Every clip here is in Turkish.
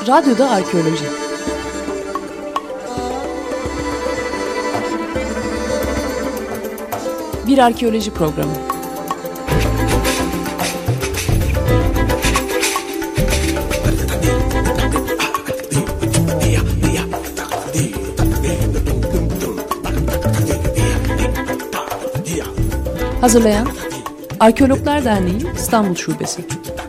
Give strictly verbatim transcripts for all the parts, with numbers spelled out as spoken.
Radyoda Arkeoloji. Bir arkeoloji programı. Hazırlayan Arkeologlar Derneği İstanbul Şubesi.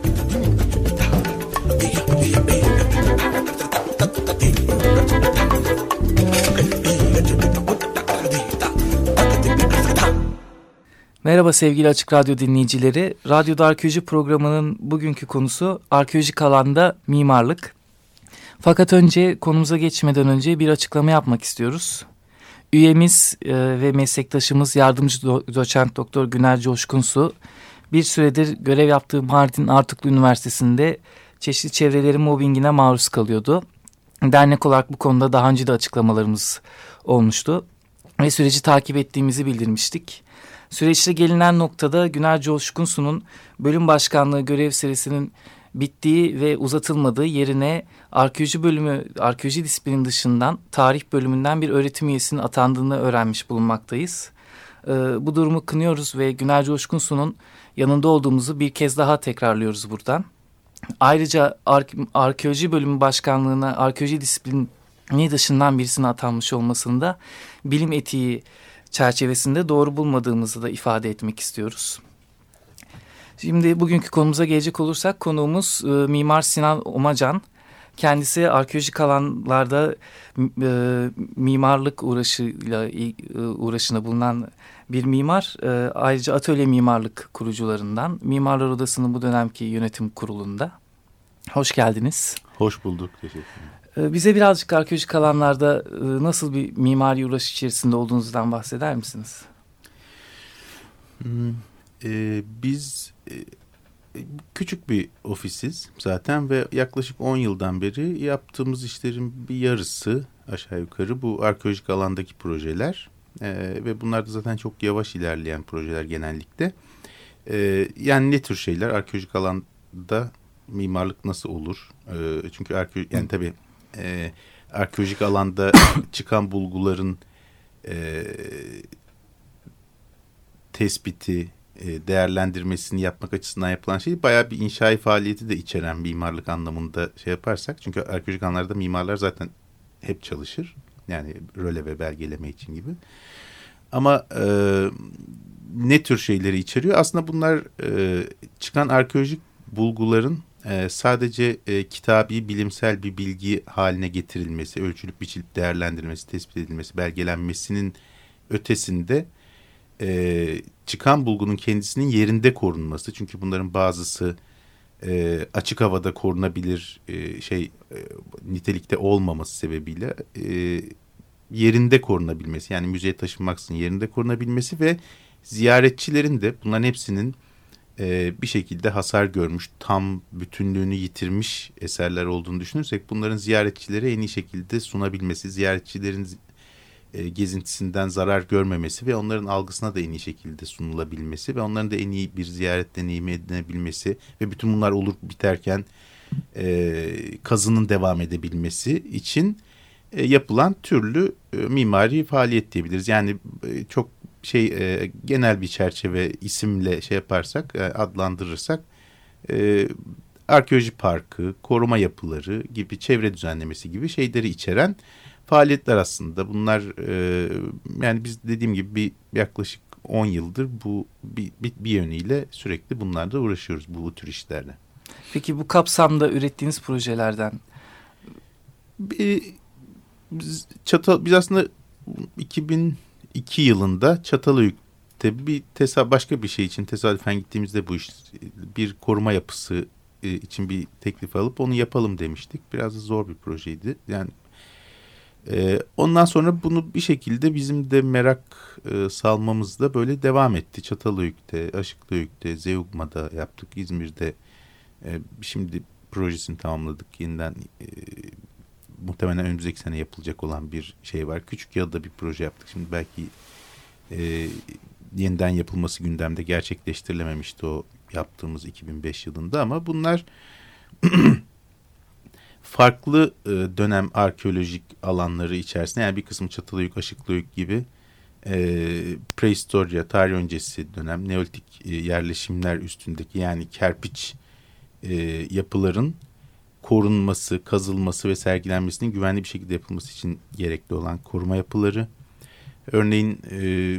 Merhaba sevgili Açık Radyo dinleyicileri. Radyoda Arkeoloji programının bugünkü konusu arkeolojik alanda mimarlık. Fakat önce konumuza geçmeden önce bir açıklama yapmak istiyoruz. Üyemiz e, ve meslektaşımız yardımcı do- doçent doktor Güner Coşkunsu bir süredir görev yaptığı Mardin Artuklu Üniversitesi'nde çeşitli çevrelerin mobbingine maruz kalıyordu. Dernek olarak bu konuda daha önce de açıklamalarımız olmuştu ve süreci takip ettiğimizi bildirmiştik. Süreçte gelinen noktada Güner Coşkunsu'nun bölüm başkanlığı görev süresinin bittiği ve uzatılmadığı yerine arkeoloji bölümü, arkeoloji disiplinin dışından tarih bölümünden bir öğretim üyesinin atandığını öğrenmiş bulunmaktayız. Ee, bu durumu kınıyoruz ve Güner Coşkunsu'nun yanında olduğumuzu bir kez daha tekrarlıyoruz buradan. Ayrıca ar- arkeoloji bölümü başkanlığına arkeoloji disiplini dışından birisine atanmış olmasını da bilim etiği çerçevesinde doğru bulmadığımızı da ifade etmek istiyoruz. Şimdi bugünkü konumuza gelecek olursak konuğumuz e, Mimar Sinan Omacan. Kendisi arkeolojik alanlarda e, mimarlık uğraşıyla e, uğraşına bulunan bir mimar. E, ayrıca atölye mimarlık kurucularından. Mimarlar Odası'nın bu dönemki yönetim kurulunda. Hoş geldiniz. Hoş bulduk. Teşekkür ederim. E, bize birazcık arkeolojik alanlarda e, nasıl bir mimari uğraş içerisinde olduğunuzdan bahseder misiniz? Hmm, e, biz e, küçük bir ofisiz zaten ve yaklaşık on yıldan beri yaptığımız işlerin bir yarısı aşağı yukarı bu arkeolojik alandaki projeler e, ve bunlar da zaten çok yavaş ilerleyen projeler genellikle. E, yani ne tür şeyler arkeolojik alanda mimarlık nasıl olur? E, çünkü arkeolojik yani tabii e, arkeolojik alanda çıkan bulguların e, tespiti, değerlendirmesini yapmak açısından yapılan şey bayağı bir inşai faaliyeti de içeren mimarlık anlamında şey yaparsak. Çünkü arkeolojik alanlarda mimarlar zaten hep çalışır. Yani röle ve belgeleme için gibi. Ama e, ne tür şeyleri içeriyor? Aslında bunlar e, çıkan arkeolojik bulguların e, sadece e, kitabi, bilimsel bir bilgi haline getirilmesi, ölçülüp biçilip değerlendirilmesi, tespit edilmesi, belgelenmesinin ötesinde Ee, çıkan bulgunun kendisinin yerinde korunması. Çünkü bunların bazısı e, açık havada korunabilir e, şey e, nitelikte olmaması sebebiyle e, yerinde korunabilmesi. Yani müzeye taşınmaksızın yerinde korunabilmesi ve ziyaretçilerin de bunların hepsinin e, bir şekilde hasar görmüş, tam bütünlüğünü yitirmiş eserler olduğunu düşünürsek bunların ziyaretçilere en iyi şekilde sunabilmesi, ziyaretçilerin E, gezintisinden zarar görmemesi ve onların algısına da en iyi şekilde sunulabilmesi ve onların da en iyi bir ziyaret deneyimi edinebilmesi ve bütün bunlar olup biterken e, kazının devam edebilmesi için e, yapılan türlü e, mimari faaliyet diyebiliriz. Yani e, çok şey e, genel bir çerçeve isimle şey yaparsak e, adlandırırsak e, arkeoloji parkı, koruma yapıları gibi çevre düzenlemesi gibi şeyleri içeren faaliyetler aslında. Bunlar e, yani biz dediğim gibi bir yaklaşık on yıldır bu bir, bir, bir yönüyle sürekli bunlarla uğraşıyoruz bu, bu tür işlerle. Peki bu kapsamda ürettiğiniz projelerden? Bir, biz, Çatal, biz aslında iki bin iki yılında Çatalhöyük'te bir tesa, başka bir şey için tesadüfen gittiğimizde bu iş bir koruma yapısı için bir teklif alıp onu yapalım demiştik. Biraz da zor bir projeydi. Yani Ee, ondan sonra bunu bir şekilde bizim de merak e, salmamızda böyle devam etti. Çatalhöyük'te, Aşıklıhöyük'te, Zeugma'da yaptık. İzmir'de e, şimdi projesini tamamladık. Yeniden e, muhtemelen önümüzdeki sene yapılacak olan bir şey var. Küçükyağı'da bir proje yaptık. Şimdi belki e, yeniden yapılması gündemde gerçekleştirilememişti o yaptığımız iki bin beş yılında ama bunlar farklı e, dönem arkeolojik alanları içerisinde, yani bir kısmı Çatalhöyük, Aşıklıhöyük gibi e, prehistorya, tarih öncesi dönem, Neolitik e, yerleşimler üstündeki, yani kerpiç e, yapıların korunması, kazılması ve sergilenmesinin güvenli bir şekilde yapılması için gerekli olan koruma yapıları. Örneğin e,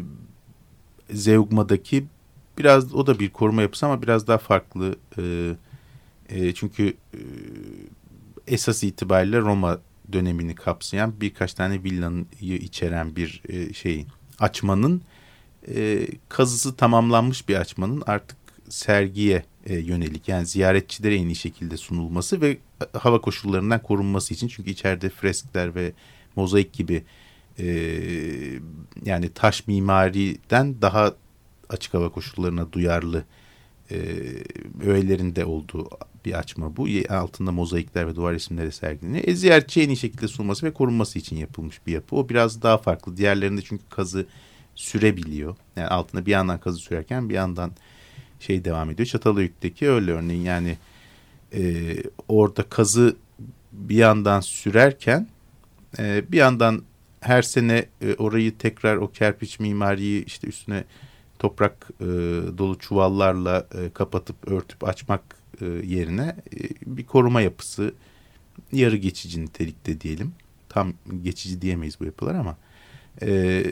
Zeugma'daki biraz, o da bir koruma yapısı ama biraz daha farklı. E, e, çünkü e, esas itibariyle Roma dönemini kapsayan birkaç tane villanı içeren bir e, şeyin, açmanın e, kazısı tamamlanmış bir açmanın artık sergiye e, yönelik, yani ziyaretçilere en iyi şekilde sunulması ve hava koşullarından korunması için, çünkü içeride freskler ve mozaik gibi e, yani taş mimariden daha açık hava koşullarına duyarlı e, öğelerin de olduğu bir açma bu. Altında mozaikler ve duvar resimleri sergileniyor. E, ziyaretçiye en iyi şekilde sunulması ve korunması için yapılmış bir yapı. O biraz daha farklı. Diğerlerinde çünkü kazı sürebiliyor. Yani altında bir yandan kazı sürerken bir yandan şey devam ediyor. Çatalhöyük'teki öyle örneğin, yani e, orada kazı bir yandan sürerken e, bir yandan her sene e, orayı tekrar, o kerpiç mimariyi işte üstüne toprak e, dolu çuvallarla e, kapatıp örtüp açmak e, yerine e, bir koruma yapısı, yarı geçici nitelikte diyelim. Tam geçici diyemeyiz bu yapılar ama e,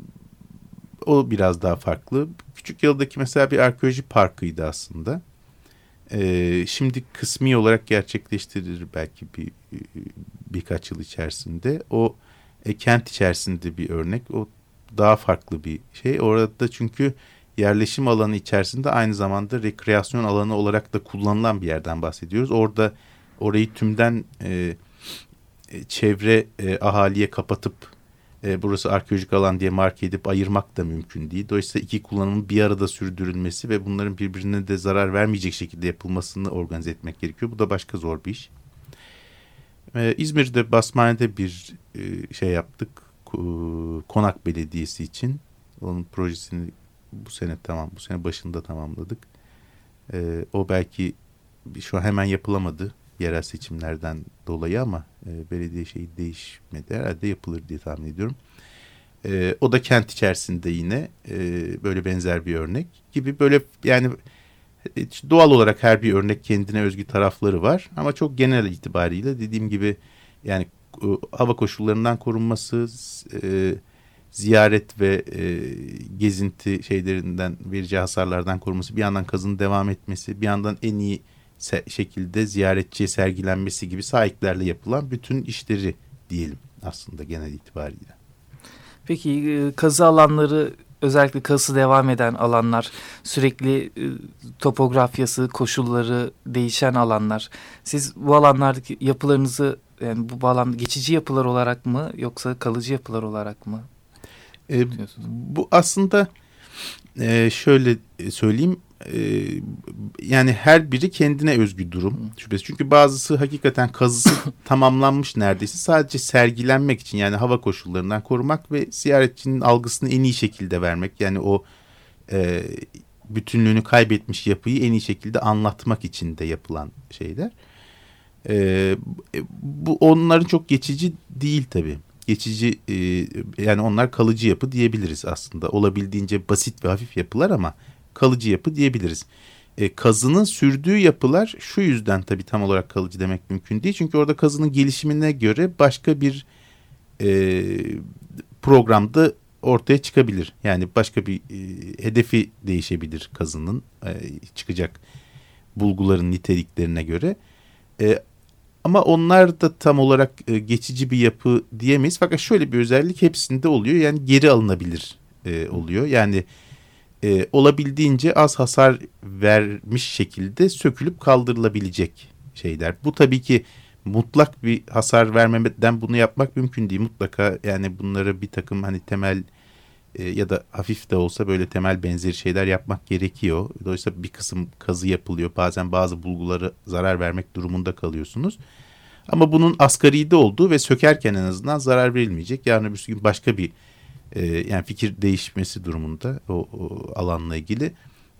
o biraz daha farklı. Küçükyalı'daki mesela bir arkeoloji parkıydı aslında. E, şimdi kısmi olarak gerçekleştirilir belki bir birkaç yıl içerisinde. O e, kent içerisinde bir örnek. O daha farklı bir şey. Orada çünkü yerleşim alanı içerisinde aynı zamanda rekreasyon alanı olarak da kullanılan bir yerden bahsediyoruz. Orada orayı tümden e, çevre e, ahaliye kapatıp e, burası arkeolojik alan diye marke edip ayırmak da mümkün değil. Dolayısıyla iki kullanımın bir arada sürdürülmesi ve bunların birbirine de zarar vermeyecek şekilde yapılmasını organize etmek gerekiyor. Bu da başka zor bir iş. E, İzmir'de Basmane'de bir e, şey yaptık. Konak Belediyesi için. Onun projesini bu sene tamam, bu sene başında tamamladık. Ee, o belki şu an hemen yapılamadı yerel seçimlerden dolayı ama e, belediye şeyi değişmedi. Herhalde yapılır diye tahmin ediyorum. Ee, o da kent içerisinde yine e, böyle benzer bir örnek gibi, böyle yani doğal olarak her bir örnek kendine özgü tarafları var ama çok genel itibariyle dediğim gibi yani hava koşullarından korunması, e, ziyaret ve e, gezinti şeylerinden vereceği hasarlardan korunması, bir yandan kazının devam etmesi, bir yandan en iyi se- şekilde ziyaretçiye sergilenmesi gibi sahiplerle yapılan bütün işleri diyelim aslında genel itibariyle. Peki kazı alanları, özellikle kazısı devam eden alanlar, sürekli topografyası, koşulları değişen alanlar. Siz bu alanlardaki yapılarınızı, yani bu alanda geçici yapılar olarak mı yoksa kalıcı yapılar olarak mı? E, bu aslında e, şöyle söyleyeyim, e, yani her biri kendine özgü durum şüphesiz. Çünkü bazısı hakikaten kazısı tamamlanmış neredeyse, sadece sergilenmek için, yani hava koşullarından korumak ve ziyaretçinin algısını en iyi şekilde vermek, yani o e, bütünlüğünü kaybetmiş yapıyı en iyi şekilde anlatmak için de yapılan şeyler. E, bu onların çok geçici değil tabii. Geçici e, yani onlar kalıcı yapı diyebiliriz aslında. Olabildiğince basit ve hafif yapılar ama kalıcı yapı diyebiliriz. E, kazının sürdüğü yapılar şu yüzden tabii tam olarak kalıcı demek mümkün değil. Çünkü orada kazının gelişimine göre başka bir e, programda ortaya çıkabilir. Yani başka bir e, hedefi değişebilir kazının e, çıkacak bulguların niteliklerine göre. E, Ama onlar da tam olarak e, geçici bir yapı diyemeyiz. Fakat şöyle bir özellik hepsinde oluyor. Yani geri alınabilir e, oluyor. Yani e, olabildiğince az hasar vermiş şekilde sökülüp kaldırılabilecek şeyler. Bu tabii ki mutlak bir hasar vermemeden bunu yapmak mümkün değil. Mutlaka yani bunlara bir takım hani temel e, ya da hafif de olsa böyle temel benzeri şeyler yapmak gerekiyor. Dolayısıyla bir kısım kazı yapılıyor. Bazen bazı bulguları zarar vermek durumunda kalıyorsunuz. Ama bunun asgari de olduğu ve sökerken en azından zarar verilmeyecek. Yarın öbür gün başka bir e, yani fikir değişmesi durumunda o, o alanla ilgili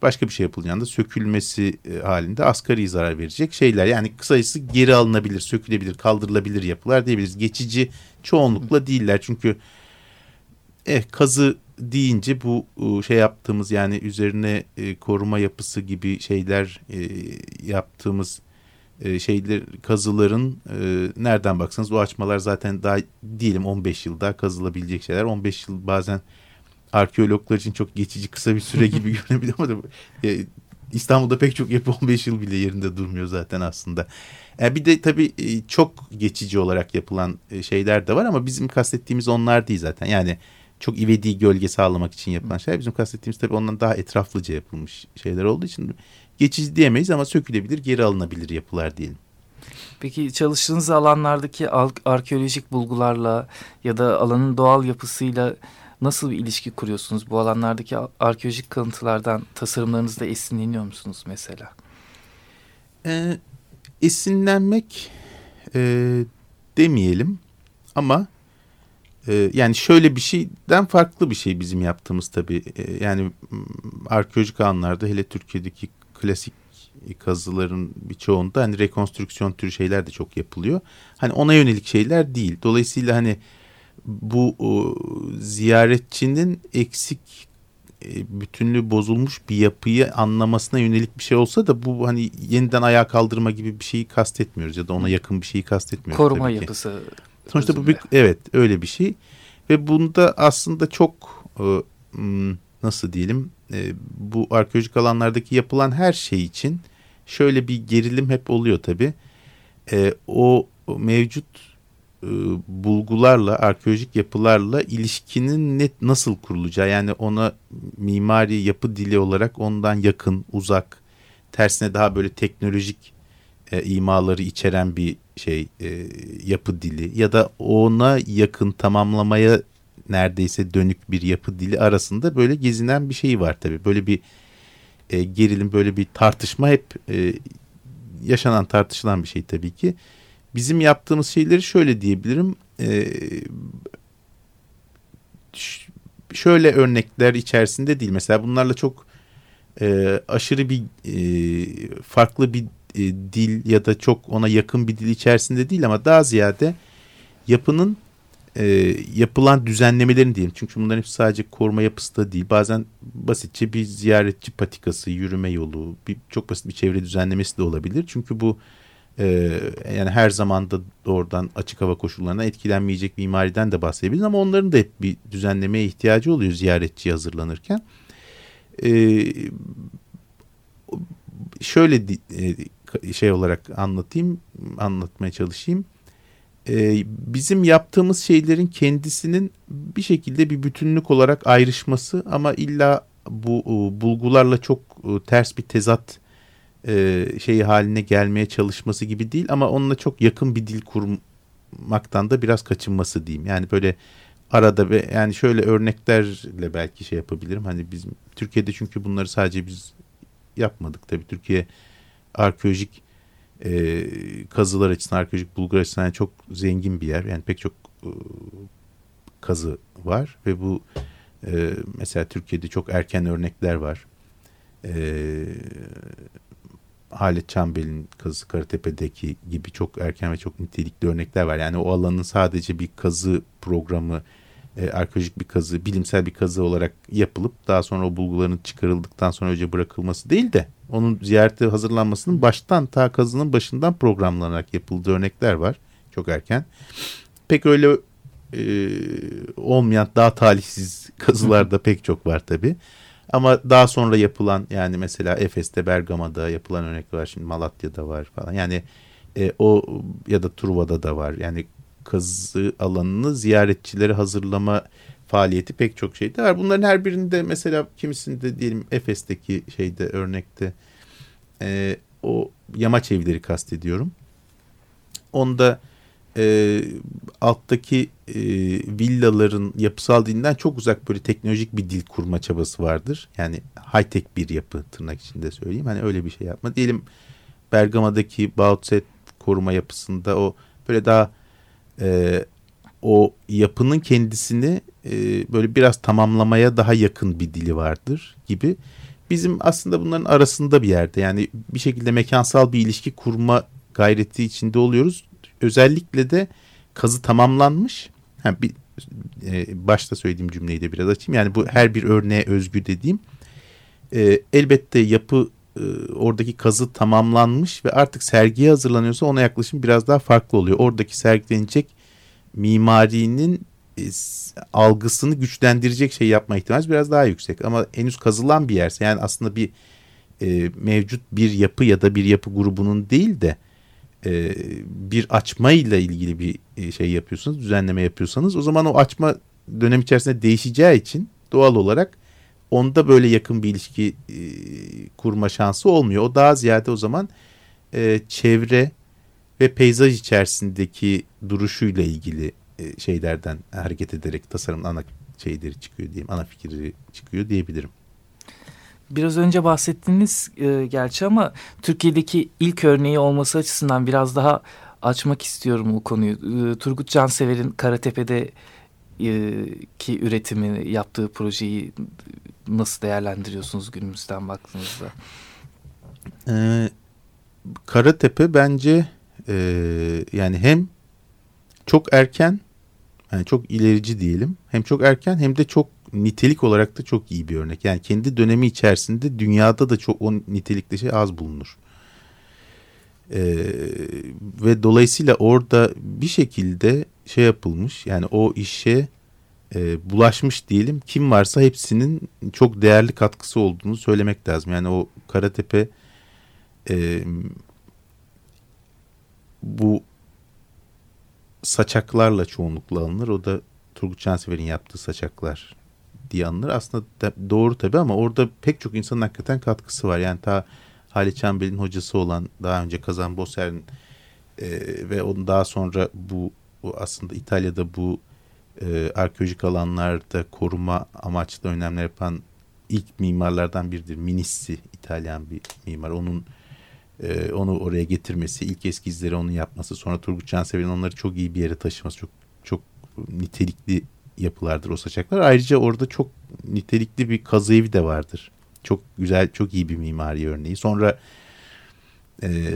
başka bir şey yapılacağında sökülmesi e, halinde asgari zarar verecek şeyler. Yani kısacası geri alınabilir, sökülebilir, kaldırılabilir yapılar diyebiliriz. Geçici çoğunlukla değiller çünkü eh, kazı deyince bu şey yaptığımız yani üzerine e, koruma yapısı gibi şeyler e, yaptığımız e, şeyler kazıların e, nereden baksanız o açmalar zaten daha diyelim on beş yıl daha kazılabilecek şeyler. on beş yıl bazen arkeologlar için çok geçici kısa bir süre gibi görünebilir ama e, İstanbul'da pek çok yapı on beş yıl bile yerinde durmuyor zaten aslında. E, bir de tabii e, çok geçici olarak yapılan e, şeyler de var ama bizim kastettiğimiz onlar değil zaten. Yani çok ivedi gölge sağlamak için yapılan şeyler. Bizim kastettiğimiz tabii ondan daha etraflıca yapılmış şeyler olduğu için geçici diyemeyiz ama sökülebilir, geri alınabilir yapılar diyelim. Peki çalıştığınız alanlardaki arkeolojik bulgularla ya da alanın doğal yapısıyla nasıl bir ilişki kuruyorsunuz? Bu alanlardaki arkeolojik kalıntılardan tasarımlarınızda esinleniyor musunuz mesela? Ee, esinlenmek e, demeyelim ama e, yani şöyle bir şeyden farklı bir şey bizim yaptığımız tabii. E, yani arkeolojik alanlarda hele Türkiye'deki klasik kazıların birçoğunda hani rekonstrüksiyon türü şeyler de çok yapılıyor. Hani ona yönelik şeyler değil. Dolayısıyla hani bu o, ziyaretçinin eksik e, bütünlüğü bozulmuş bir yapıyı anlamasına yönelik bir şey olsa da bu hani yeniden ayağa kaldırma gibi bir şeyi kastetmiyoruz ya da ona yakın bir şeyi kastetmiyoruz. Koruma yapısı. Sonuçta bu bir, evet öyle bir şey ve bunda aslında çok e, nasıl diyelim e, bu arkeolojik alanlardaki yapılan her şey için şöyle bir gerilim hep oluyor tabii. E, o, o mevcut e, bulgularla, arkeolojik yapılarla ilişkinin net nasıl kurulacağı, yani ona mimari yapı dili olarak ondan yakın, uzak, tersine daha böyle teknolojik e, imaları içeren bir şey e, yapı dili ya da ona yakın tamamlamaya neredeyse dönük bir yapı dili arasında böyle gezinen bir şey var tabii. Böyle bir e, gerilim, böyle bir tartışma hep e, yaşanan, tartışılan bir şey tabii ki. Bizim yaptığımız şeyleri şöyle diyebilirim. E, şöyle örnekler içerisinde değil. Mesela bunlarla çok e, aşırı bir e, farklı bir e, dil ya da çok ona yakın bir dil içerisinde değil ama daha ziyade yapının e, yapılan düzenlemelerin diyelim. Çünkü bunların hepsi sadece koruma yapısı da değil. Bazen basitçe bir ziyaretçi patikası, yürüme yolu, bir, çok basit bir çevre düzenlemesi de olabilir. Çünkü bu e, yani her zaman da doğrudan açık hava koşullarına etkilenmeyecek mimariden de bahsedebiliriz ama onların da hep bir düzenlemeye ihtiyacı oluyor ziyaretçi hazırlanırken. E, şöyle e, şey olarak anlatayım, anlatmaya çalışayım. Ee, bizim yaptığımız şeylerin kendisinin bir şekilde bir bütünlük olarak ayrışması ama illa bu e, bulgularla çok e, ters bir tezat e, şeyi haline gelmeye çalışması gibi değil ama onunla çok yakın bir dil kurmaktan da biraz kaçınması diyeyim. Yani böyle arada ve yani şöyle örneklerle belki şey yapabilirim. Hani bizim Türkiye'de çünkü bunları sadece biz yapmadık tabii. Türkiye arkeolojik E, kazılar açısından, arkeolojik bulgular açısından yani çok zengin bir yer. Yani pek çok e, kazı var ve bu e, mesela Türkiye'de çok erken örnekler var. E, Halet Çambel'in kazısı, Karatepe'deki gibi çok erken ve çok nitelikli örnekler var. Yani o alanın sadece bir kazı programı, e, arkeolojik bir kazı, bilimsel bir kazı olarak yapılıp daha sonra o bulguların çıkarıldıktan sonra önce bırakılması değil de onun ziyarete hazırlanmasının baştan ta kazının başından programlanarak yapıldığı örnekler var çok erken. Pek öyle e, olmayan daha talihsiz kazılar da pek çok var tabii. Ama daha sonra yapılan yani mesela Efes'te, Bergama'da yapılan örnekler var. Şimdi Malatya'da var falan. Yani e, o ya da Truva'da da var. Yani kazı alanını ziyaretçileri hazırlama faaliyeti pek çok şeyde var. Bunların her birinde mesela kimisinde diyelim Efes'teki şeyde örnekte e, o yamaç evleri kastediyorum. Onda e, alttaki e, villaların yapısal dilinden çok uzak böyle teknolojik bir dil kurma çabası vardır. Yani high tech bir yapı tırnak içinde söyleyeyim. Hani öyle bir şey yapma. Diyelim Bergama'daki Bautset koruma yapısında o böyle daha e, o yapının kendisini e, böyle biraz tamamlamaya daha yakın bir dili vardır gibi. bizim aslında bunların arasında bir yerde. Yani bir şekilde mekansal bir ilişki kurma gayreti içinde oluyoruz. Özellikle de kazı tamamlanmış. Ha, bir, e, başta söylediğim cümleyi de biraz açayım. Yani bu her bir örneğe özgü dediğim. E, elbette yapı e, oradaki kazı tamamlanmış ve artık sergiye hazırlanıyorsa ona yaklaşım biraz daha farklı oluyor. Oradaki sergilenecek mimarinin e, algısını güçlendirecek şey yapma ihtimali biraz daha yüksek. Ama henüz kazılan bir yerse, yani aslında bir e, mevcut bir yapı ya da bir yapı grubunun değil de e, bir açmayla ilgili bir e, şey yapıyorsunuz, düzenleme yapıyorsanız, o zaman o açma dönem içerisinde değişeceği için doğal olarak onda böyle yakın bir ilişki e, kurma şansı olmuyor. O daha ziyade o zaman e, çevre ve peyzaj içerisindeki duruşuyla ilgili e, şeylerden hareket ederek tasarımın ana şeyleri çıkıyor diyeyim, ana fikri çıkıyor diyebilirim. Biraz önce bahsettiğiniz e, gerçi ama Türkiye'deki ilk örneği olması açısından biraz daha açmak istiyorum bu konuyu. E, Turgut Cansever'in Karatepe'de e, ki üretimi yaptığı projeyi nasıl değerlendiriyorsunuz günümüzden baktığınızda? Ee, Karatepe bence e, yani hem çok erken, yani çok ilerici diyelim, hem çok erken hem de çok nitelik olarak da çok iyi bir örnek. Yani kendi dönemi içerisinde dünyada da çok o nitelikli şey az bulunur. Ee, ve dolayısıyla orada bir şekilde şey yapılmış, yani o işe e, bulaşmış diyelim, kim varsa hepsinin çok değerli katkısı olduğunu söylemek lazım. Yani o Karatepe e, bu saçaklarla çoğunlukla alınır. O da Turgut Cansever'in yaptığı saçaklar diye anılır. Aslında da doğru tabii ama orada pek çok insanın hakikaten katkısı var. Yani ta Halit Çambel'in hocası olan, daha önce Kazan Boser'in e, ve onun daha sonra bu, bu aslında İtalya'da bu e, arkeolojik alanlarda koruma amaçlı önlemler yapan ilk mimarlardan biridir. Minissi, İtalyan bir mimar. Onun e, onu oraya getirmesi, ilk eskizleri onun yapması, sonra Turgut Cansever'in onları çok iyi bir yere taşıması, çok çok nitelikli yapılardır o saçaklar. Ayrıca orada çok nitelikli bir kazı evi de vardır. Çok güzel, çok iyi bir mimari örneği. Sonra e,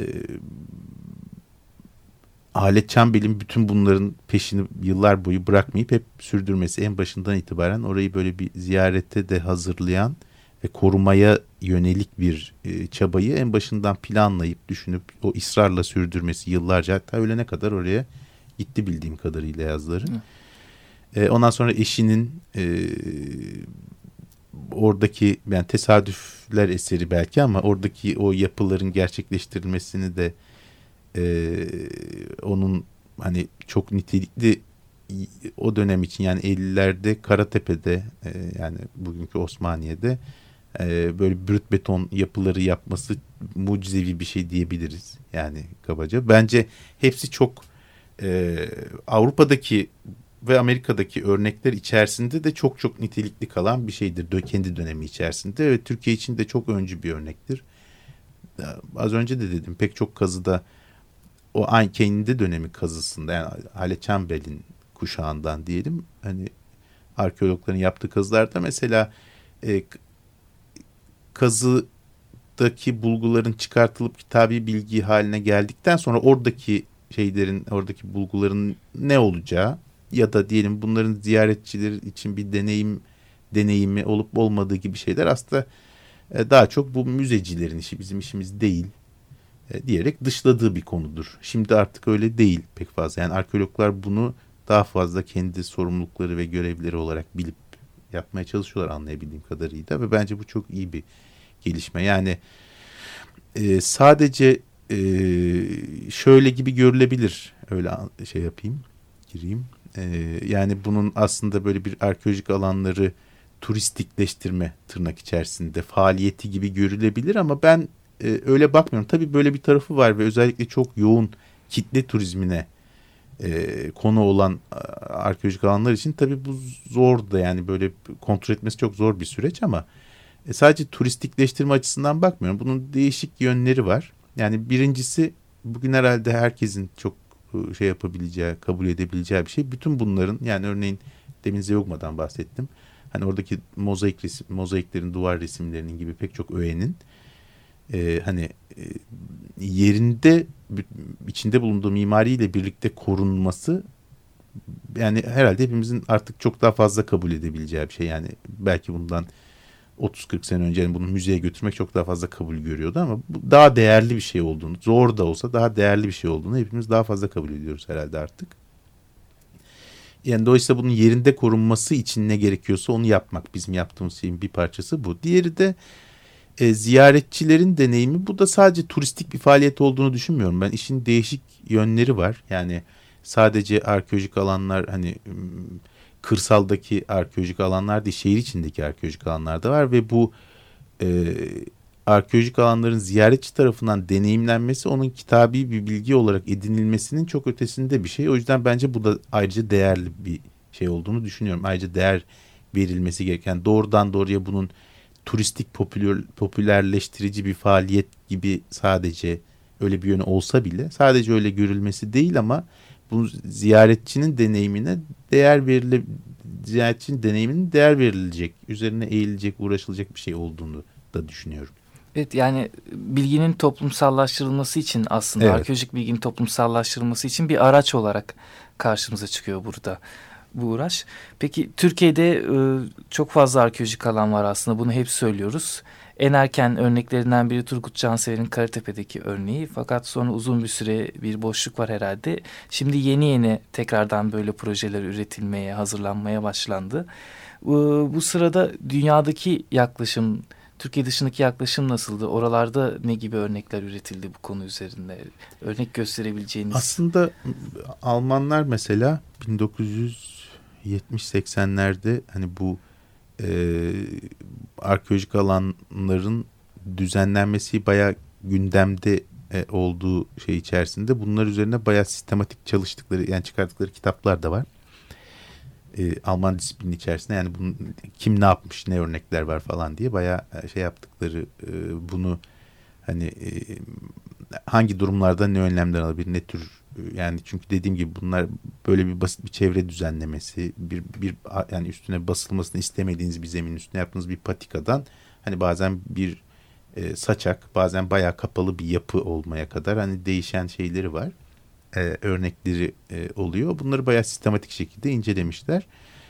Halit Çambel'in bütün bunların peşini yıllar boyu bırakmayıp hep sürdürmesi, en başından itibaren orayı böyle bir ziyarete de hazırlayan ve korumaya yönelik bir e, çabayı en başından planlayıp düşünüp o ısrarla sürdürmesi yıllarca, hatta ölene kadar oraya gitti bildiğim kadarıyla yazları. E, ondan sonra eşinin e, oradaki, yani tesadüfler eseri belki ama oradaki o yapıların gerçekleştirilmesini de e, onun hani çok nitelikli o dönem için, yani ellilerde Karatepe'de e, yani bugünkü Osmaniye'de e, böyle brüt beton yapıları yapması mucizevi bir şey diyebiliriz yani kabaca. Bence hepsi çok e, Avrupa'daki ve Amerika'daki örnekler içerisinde de çok çok nitelikli kalan bir şeydir kendi dönemi içerisinde ve Türkiye için de çok öncü bir örnektir. Az önce de dedim, pek çok kazıda o aynı kendi dönemi kazısında, yani Halit Çambel'in kuşağından diyelim, hani arkeologların yaptığı kazılarda mesela e, kazıdaki bulguların çıkartılıp kitabi bilgi haline geldikten sonra oradaki şeylerin, oradaki bulguların ne olacağı ya da diyelim bunların ziyaretçiler için bir deneyim deneyimi olup olmadığı gibi şeyler aslında e, daha çok bu müzecilerin işi, bizim işimiz değil e, diyerek dışladığı bir konudur. Şimdi artık öyle değil pek fazla. Yani arkeologlar bunu daha fazla kendi sorumlulukları ve görevleri olarak bilip yapmaya çalışıyorlar anlayabildiğim kadarıyla ve bence bu çok iyi bir gelişme. Yani e, sadece e, şöyle gibi görülebilir, öyle şey yapayım, gireyim. E, yani bunun aslında böyle bir arkeolojik alanları turistikleştirme tırnak içerisinde faaliyeti gibi görülebilir ama ben e, öyle bakmıyorum. Tabii böyle bir tarafı var ve özellikle çok yoğun kitle turizmine e, konu olan arkeolojik alanlar için tabii bu zor da, yani böyle kontrol etmesi çok zor bir süreç ama e, sadece turistikleştirme açısından bakmıyorum. Bunun değişik yönleri var. Yani birincisi, bugün herhalde herkesin çok şey yapabileceği, kabul edebileceği bir şey. Bütün bunların, yani örneğin demin Zeugma'dan bahsettim. hani oradaki mozaik resim, mozaiklerin, duvar resimlerinin gibi pek çok öğenin e, hani e, yerinde içinde bulunduğu mimariyle birlikte korunması yani herhalde hepimizin artık çok daha fazla kabul edebileceği bir şey. Yani belki bundan otuz kırk sene önce yani bunu müzeye götürmek çok daha fazla kabul görüyordu ama bu daha değerli bir şey olduğunu, zor da olsa daha değerli bir şey olduğunu hepimiz daha fazla kabul ediyoruz herhalde artık. Yani dolayısıyla bunun yerinde korunması için ne gerekiyorsa onu yapmak bizim yaptığımız şeyin bir parçası bu. Diğeri de e, ziyaretçilerin deneyimi. Bu da sadece turistik bir faaliyet olduğunu düşünmüyorum. Ben işin değişik yönleri var. Yani sadece arkeolojik alanlar hani kırsaldaki arkeolojik alanlar değil, şehir içindeki arkeolojik alanlar da var ve bu e, arkeolojik alanların ziyaretçi tarafından deneyimlenmesi onun kitabi bir bilgi olarak edinilmesinin çok ötesinde bir şey. O yüzden bence bu da ayrıca değerli bir şey olduğunu düşünüyorum. Ayrıca değer verilmesi gereken, doğrudan doğruya bunun turistik popüler, popülerleştirici bir faaliyet gibi sadece öyle bir yönü olsa bile sadece öyle görülmesi değil ama bu ziyaretçinin deneyimine değer verile ziyaretçinin deneyiminin değer verilecek, üzerine eğilecek, uğraşılacak bir şey olduğunu da düşünüyorum. Evet, yani bilginin toplumsallaştırılması için aslında evet. arkeolojik bilginin toplumsallaştırılması için bir araç olarak karşımıza çıkıyor burada bu uğraş. Peki Türkiye'de e, çok fazla arkeolojik alan var aslında, bunu hep söylüyoruz. En erken örneklerinden biri Turgut Cansever'in Karatepe'deki örneği, fakat sonra uzun bir süre bir boşluk var herhalde. Şimdi yeni yeni tekrardan böyle projeler üretilmeye, hazırlanmaya başlandı. E, bu sırada dünyadaki yaklaşım, Türkiye dışındaki yaklaşım nasıldı? Oralarda ne gibi örnekler üretildi bu konu üzerinde? Örnek gösterebileceğiniz. Aslında Almanlar mesela bin dokuz yüz yetmiş seksenlerde hani bu e, arkeolojik alanların düzenlenmesi bayağı gündemde e, olduğu şey içerisinde bunlar üzerine bayağı sistematik çalıştıkları, yani çıkarttıkları kitaplar da var. E, Alman disiplini içerisinde, yani bunun, kim ne yapmış, ne örnekler var falan diye bayağı şey yaptıkları, e, bunu hani e, hangi durumlarda ne önlemler alabilir, ne tür, yani çünkü dediğim gibi bunlar böyle bir basit bir çevre düzenlemesi, bir bir yani üstüne basılmasını istemediğiniz bir zemin üstüne yaptığınız bir patikadan hani bazen bir e, saçak, bazen bayağı kapalı bir yapı olmaya kadar hani değişen şeyleri var. E, örnekleri e, oluyor. Bunları bayağı sistematik şekilde incelemişler.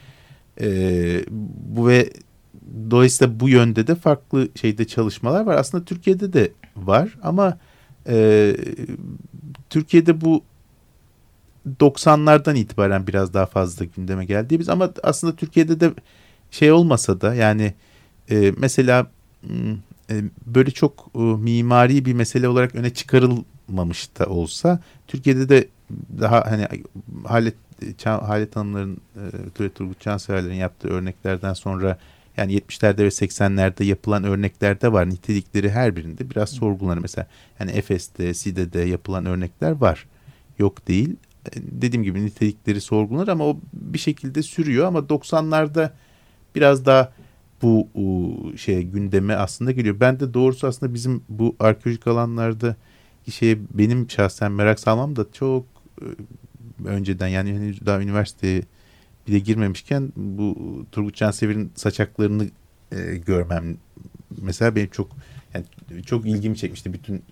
E, bu ve dolayısıyla bu yönde de farklı şeyde çalışmalar var. Aslında Türkiye'de de var ama e, Türkiye'de bu doksanlardan itibaren biraz daha fazla gündeme geldi. Biz ama aslında Türkiye'de de şey olmasa da yani e, mesela e, böyle çok e, mimari bir mesele olarak öne çıkarılmamış da olsa Türkiye'de de daha hani Halet, Halet Hanımların, e, Turgut Cansever'lerin yaptığı örneklerden sonra yani yetmişlerde ve seksenlerde yapılan örneklerde var. Nitelikleri her birinde biraz sorgulanır. Mesela yani Efes'te, Side'de yapılan örnekler var. Yok değil. Dediğim gibi nitelikleri sorgulanır ama o bir şekilde sürüyor. Ama doksanlarda biraz daha bu şey gündeme aslında geliyor. Ben de doğrusu aslında bizim bu arkeolojik alanlarda şeye benim şahsen merak salmam da çok önceden, yani henüz daha üniversiteye bile girmemişken bu Turgut Cansever'in saçaklarını e, görmem mesela benim çok yani çok ilgimi çekmişti. Bütün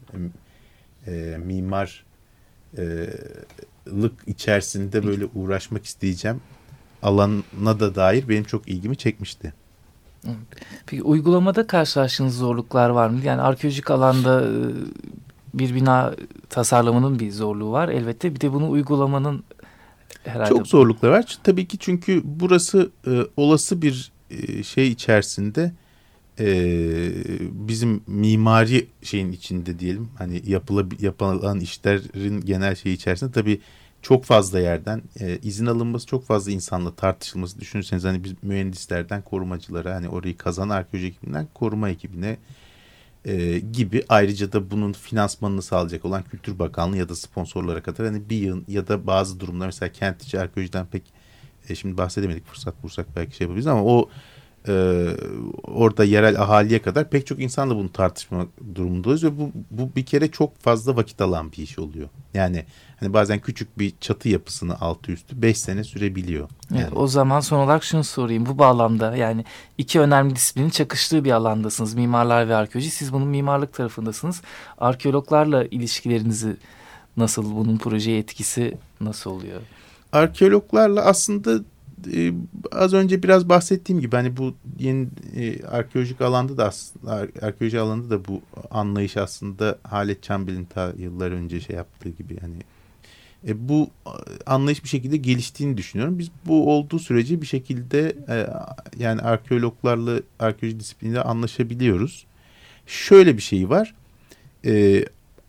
e, mimar e, lık içerisinde böyle uğraşmak isteyeceğim alana da dair benim çok ilgimi çekmişti. Peki uygulamada karşılaştığınız zorluklar var mı? Yani arkeolojik alanda bir bina tasarlamanın bir zorluğu var elbette. Bir de bunu uygulamanın herhalde... Çok zorluklar var. Tabii ki çünkü burası e, olası bir e, şey içerisinde e, bizim mimari şeyin içinde diyelim. Hani yapıla, yapılan işlerin genel şeyi içerisinde tabii çok fazla yerden e, izin alınması, çok fazla insanla tartışılması. Düşünürseniz hani biz mühendislerden korumacılara, hani orayı kazan arkeoloji ekibinden koruma ekibine e, gibi, ayrıca da bunun finansmanını sağlayacak olan Kültür Bakanlığı ya da sponsorlara kadar hani bir yıl ya da bazı durumlar mesela kent içi arkeolojiden pek e, şimdi bahsedemedik, fırsat bulursak belki şey yapabiliriz ama o Ee, orada yerel ahaliye kadar pek çok insanla bunu tartışma durumundayız ve bu, bu bir kere çok fazla vakit alan bir iş oluyor. Yani hani bazen küçük bir çatı yapısını altı üstü beş sene sürebiliyor. Yani. Evet, o zaman son olarak şunu sorayım. Bu bağlamda yani iki önemli disiplinin çakıştığı bir alandasınız. Mimarlar ve arkeoloji. Siz bunun mimarlık tarafındasınız. Arkeologlarla ilişkilerinizi nasıl, bunun projeye etkisi nasıl oluyor? Arkeologlarla aslında Ee, az önce biraz bahsettiğim gibi hani bu yeni e, arkeolojik alanda da aslında arkeoloji alanında da bu anlayış aslında Halet Çambil'in ta yıllar önce şey yaptığı gibi yani e, bu anlayış bir şekilde geliştiğini düşünüyorum. Biz bu olduğu sürece bir şekilde e, yani arkeologlarla arkeoloji disipliniyle anlaşabiliyoruz. Şöyle bir şey var. E,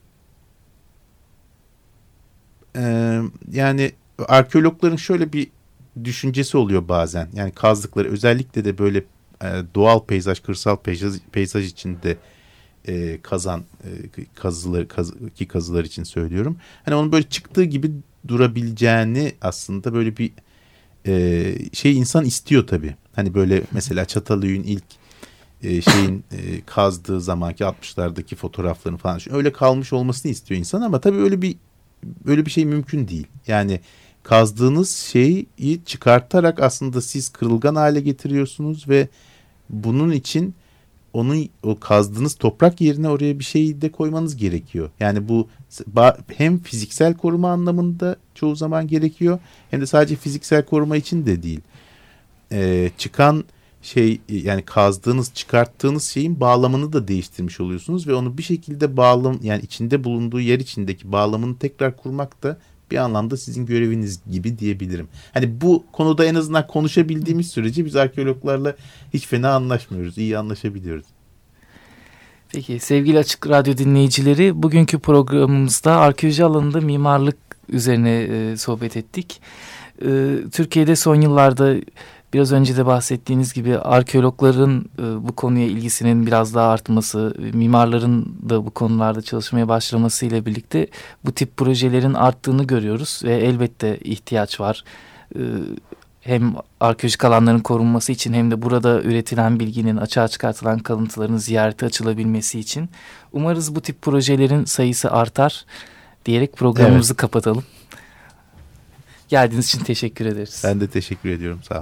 e, yani arkeologların şöyle bir düşüncesi oluyor bazen. Yani kazdıkları özellikle de böyle e, doğal peyzaj, kırsal peyzaj, peyzaj içinde e, kazan e, kazılar kaz, ki kazılar için söylüyorum. Hani onun böyle çıktığı gibi durabileceğini aslında böyle bir e, şey insan istiyor tabii. Hani böyle mesela Çatalhöyük'ün ilk e, şeyin e, kazdığı zamanki altmışlardaki fotoğraflarını falan öyle kalmış olmasını istiyor insan ama tabii öyle bir böyle bir şey mümkün değil. Yani kazdığınız şeyi çıkartarak aslında siz kırılgan hale getiriyorsunuz ve bunun için onun o kazdığınız toprak yerine oraya bir şey de koymanız gerekiyor. Yani bu hem fiziksel koruma anlamında çoğu zaman gerekiyor hem de sadece fiziksel koruma için de değil. Ee, çıkan şey yani kazdığınız, çıkarttığınız şeyin bağlamını da değiştirmiş oluyorsunuz ve onu bir şekilde bağlam yani içinde bulunduğu yer içindeki bağlamını tekrar kurmak da bir anlamda sizin göreviniz gibi diyebilirim. Hani bu konuda en azından konuşabildiğimiz sürece biz arkeologlarla hiç fena anlaşmıyoruz. İyi anlaşabiliyoruz. Peki sevgili Açık Radyo dinleyicileri, bugünkü programımızda arkeoloji alanında mimarlık üzerine e, sohbet ettik. E, Türkiye'de son yıllarda biraz önce de bahsettiğiniz gibi arkeologların e, bu konuya ilgisinin biraz daha artması, mimarların da bu konularda çalışmaya başlaması ile birlikte bu tip projelerin arttığını görüyoruz ve elbette ihtiyaç var. E, hem arkeolojik alanların korunması için hem de burada üretilen bilginin, açığa çıkartılan kalıntıların ziyarete açılabilmesi için. Umarız bu tip projelerin sayısı artar diyerek programımızı evet. kapatalım. Geldiğiniz için teşekkür ederiz. Ben de teşekkür ediyorum. Sağ olun.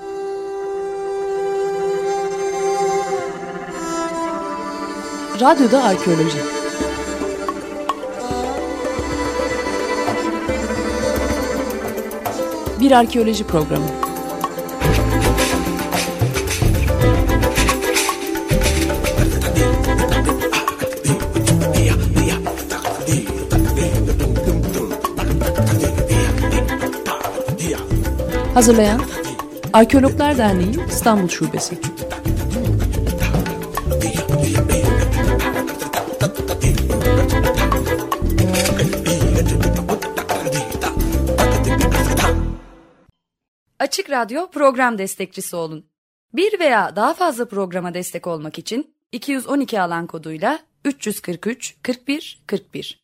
Radyoda Arkeoloji. Bir arkeoloji programı. Hazırlayan Arkeologlar Derneği İstanbul Şubesi. Açık Radyo program destekçisi olun. Bir veya daha fazla programa destek olmak için iki yüz on iki alan koduyla üç yüz kırk üç kırk bir kırk bir